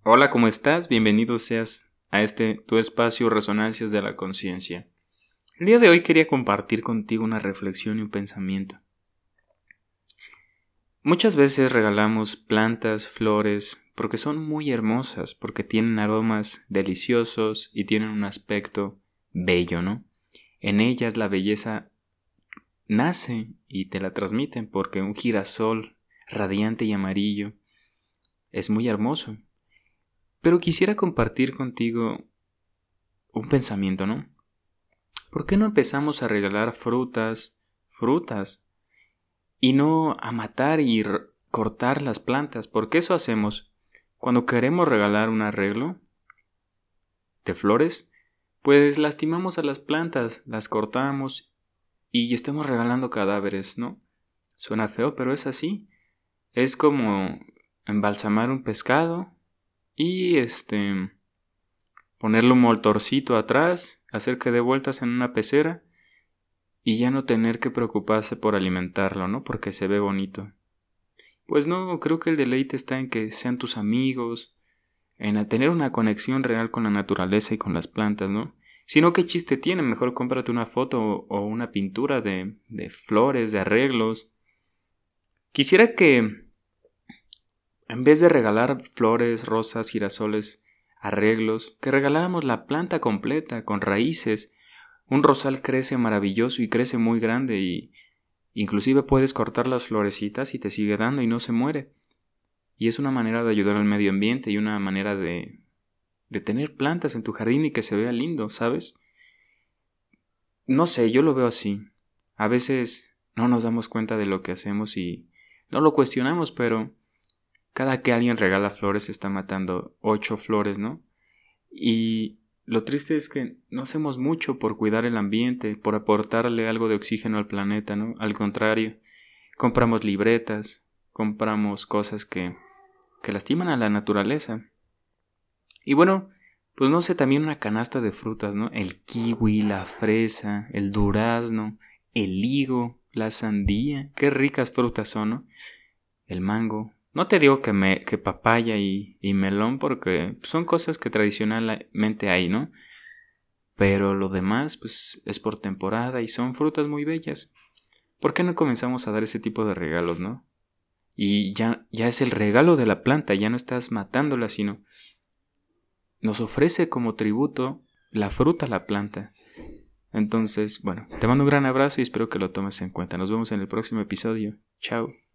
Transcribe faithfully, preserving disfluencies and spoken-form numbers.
Hola, ¿cómo estás? Bienvenido seas a este tu espacio Resonancias de la Conciencia. El día de hoy quería compartir contigo una reflexión y un pensamiento. Muchas veces regalamos plantas, flores, porque son muy hermosas, porque tienen aromas deliciosos y tienen un aspecto bello, ¿no? En ellas la belleza nace y te la transmiten porque un girasol radiante y amarillo es muy hermoso. Pero quisiera compartir contigo un pensamiento, ¿no? ¿Por qué no empezamos a regalar frutas, frutas, y no a matar y r- cortar las plantas? Porque eso hacemos cuando queremos regalar un arreglo de flores, pues lastimamos a las plantas, las cortamos y estamos regalando cadáveres, ¿no? Suena feo, pero es así. Es como embalsamar un pescado y este ponerle un motorcito atrás, hacer que dé vueltas en una pecera y ya no tener que preocuparse por alimentarlo, ¿no? Porque se ve bonito. Pues no, creo que el deleite está en que sean tus amigos, en tener una conexión real con la naturaleza y con las plantas, ¿no? Si no, ¿qué chiste tiene? Mejor cómprate una foto o una pintura de, de flores, de arreglos. Quisiera que, en vez de regalar flores, rosas, girasoles, arreglos, que regaláramos la planta completa, con raíces. Un rosal crece maravilloso y crece muy grande y inclusive puedes cortar las florecitas y te sigue dando y no se muere. Y es una manera de ayudar al medio ambiente y una manera de, de tener plantas en tu jardín y que se vea lindo, ¿sabes? No sé, yo lo veo así. A veces no nos damos cuenta de lo que hacemos y no lo cuestionamos, pero cada que alguien regala flores está matando ocho flores, ¿no? Y lo triste es que no hacemos mucho por cuidar el ambiente, por aportarle algo de oxígeno al planeta, ¿no? Al contrario, compramos libretas, compramos cosas que, que lastiman a la naturaleza. Y bueno, pues no sé, también una canasta de frutas, ¿no? El kiwi, la fresa, el durazno, el higo, la sandía, qué ricas frutas son, ¿no? El mango. No te digo que, me, que papaya y, y melón porque son cosas que tradicionalmente hay, ¿no? Pero lo demás, pues, es por temporada y son frutas muy bellas. ¿Por qué no comenzamos a dar ese tipo de regalos, no? Y ya, ya es el regalo de la planta, ya no estás matándola, sino nos ofrece como tributo la fruta a la planta. Entonces, bueno, te mando un gran abrazo y espero que lo tomes en cuenta. Nos vemos en el próximo episodio. Chao.